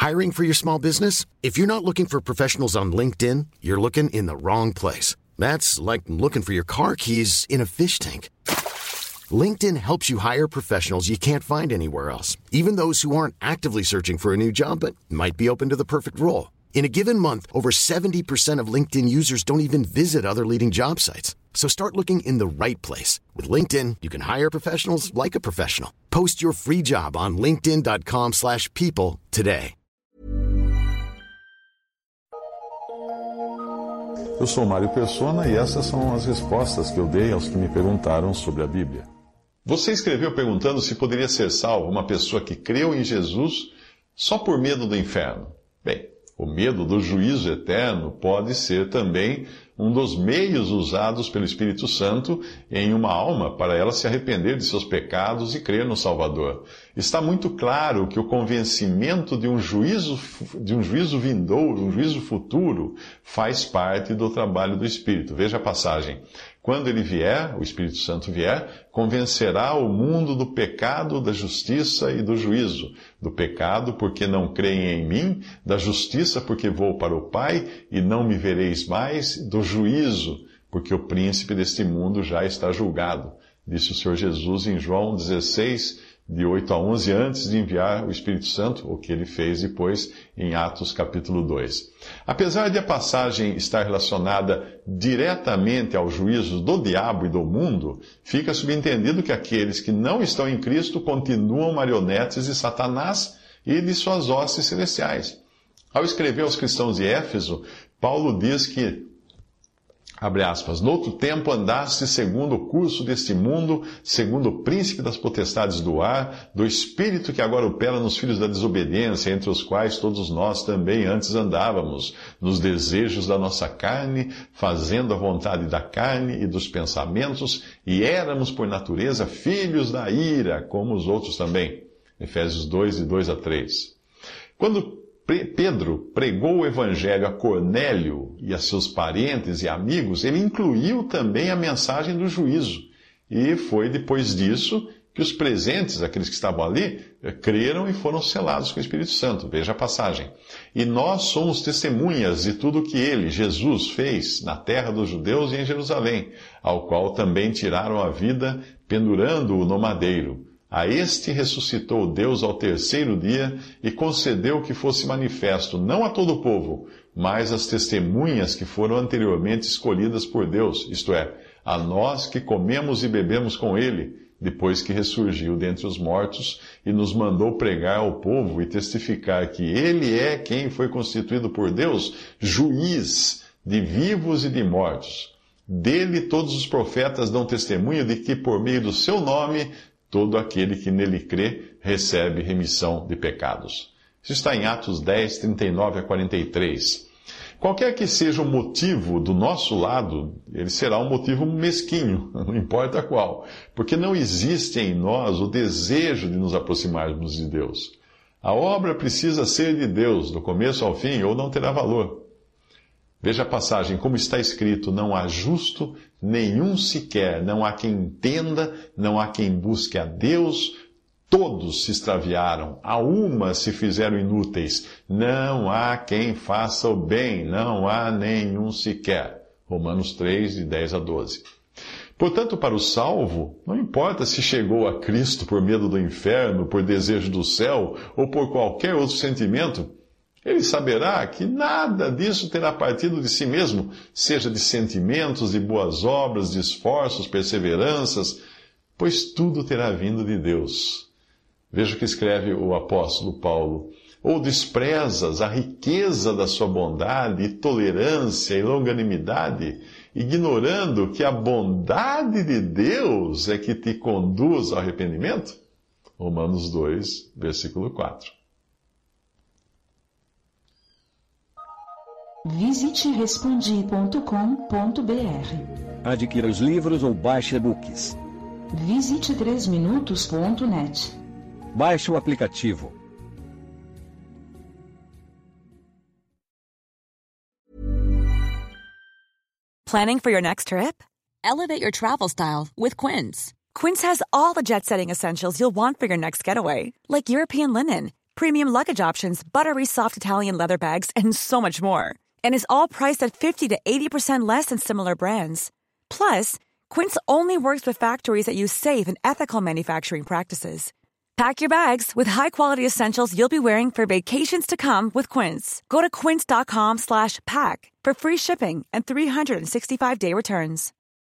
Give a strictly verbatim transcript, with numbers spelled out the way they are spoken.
Hiring for your small business? If you're not looking for professionals on LinkedIn, you're looking in the wrong place. That's like looking for your car keys in a fish tank. LinkedIn helps you hire professionals you can't find anywhere else, even those who aren't actively searching for a new job but might be open to the perfect role. In a given month, over seventy percent of LinkedIn users don't even visit other leading job sites. So start looking in the right place. With LinkedIn, you can hire professionals like a professional. Post your free job on linkedin dot com slash people today. Eu sou Mário Persona e essas são as respostas que eu dei aos que me perguntaram sobre a Bíblia. Você escreveu perguntando se poderia ser salvo uma pessoa que creu em Jesus só por medo do inferno. Bem, o medo do juízo eterno pode ser também um dos meios usados pelo Espírito Santo em uma alma para ela se arrepender de seus pecados e crer no Salvador. Está muito claro que o convencimento de um juízo, de um juízo vindouro, um juízo futuro, faz parte do trabalho do Espírito. Veja a passagem. Quando ele vier, o Espírito Santo vier, convencerá o mundo do pecado, da justiça e do juízo. Do pecado, porque não creem em mim, da justiça, porque vou para o Pai e não me vereis mais, do juízo, porque o príncipe deste mundo já está julgado. Disse o Senhor Jesus em João dezesseis, de oito a onze, antes de enviar o Espírito Santo, o que ele fez depois em Atos capítulo dois. Apesar de a passagem estar relacionada diretamente ao juízo do diabo e do mundo, fica subentendido que aqueles que não estão em Cristo continuam marionetes de Satanás e de suas hostes celestiais. Ao escrever aos cristãos de Éfeso, Paulo diz que, abre aspas, noutro tempo andaste segundo o curso deste mundo, segundo o príncipe das potestades do ar, do espírito que agora opera nos filhos da desobediência, entre os quais todos nós também antes andávamos, nos desejos da nossa carne, fazendo a vontade da carne e dos pensamentos, e éramos por natureza filhos da ira, como os outros também. Efésios dois, de dois a três. Quando Pedro pregou o evangelho a Cornélio e a seus parentes e amigos, ele incluiu também a mensagem do juízo. E foi depois disso que os presentes, aqueles que estavam ali, creram e foram selados com o Espírito Santo. Veja a passagem. E nós somos testemunhas de tudo o que ele, Jesus, fez na terra dos judeus e em Jerusalém, ao qual também tiraram a vida, pendurando-o no madeiro. A este ressuscitou Deus ao terceiro dia e concedeu que fosse manifesto não a todo o povo, mas às testemunhas que foram anteriormente escolhidas por Deus, isto é, a nós que comemos e bebemos com ele, depois que ressurgiu dentre os mortos e nos mandou pregar ao povo e testificar que ele é quem foi constituído por Deus, juiz de vivos e de mortos. Dele todos os profetas dão testemunho de que por meio do seu nome todo aquele que nele crê recebe remissão de pecados. Isso está em Atos dez, trinta e nove a quarenta e três. Qualquer que seja o motivo do nosso lado, ele será um motivo mesquinho, não importa qual, porque não existe em nós o desejo de nos aproximarmos de Deus. A obra precisa ser de Deus, do começo ao fim, ou não terá valor. Veja a passagem, como está escrito, não há justo nenhum sequer, não há quem entenda, não há quem busque a Deus, todos se extraviaram, a uma se fizeram inúteis, não há quem faça o bem, não há nenhum sequer. Romanos três, de dez a doze. Portanto, para o salvo, não importa se chegou a Cristo por medo do inferno, por desejo do céu ou por qualquer outro sentimento, ele saberá que nada disso terá partido de si mesmo, seja de sentimentos, de boas obras, de esforços, perseveranças, pois tudo terá vindo de Deus. Veja o que escreve o apóstolo Paulo. Ou desprezas a riqueza da sua bondade, e tolerância e longanimidade, ignorando que a bondade de Deus é que te conduz ao arrependimento? Romanos dois, versículo quatro. Visite respondi ponto com ponto br. Adquira os livros ou baixe e-books. Visite três minutos ponto net. Baixe o aplicativo. Planning for your next trip? Elevate your travel style with Quince. Quince has all the jet-setting essentials you'll want for your next getaway, like European linen, premium luggage options, buttery soft Italian leather bags, and so much more. And is all priced at fifty to eighty percent less than similar brands. Plus, Quince only works with factories that use safe and ethical manufacturing practices. Pack your bags with high-quality essentials you'll be wearing for vacations to come with Quince. Go to quince.com slash pack for free shipping and three sixty-five day returns.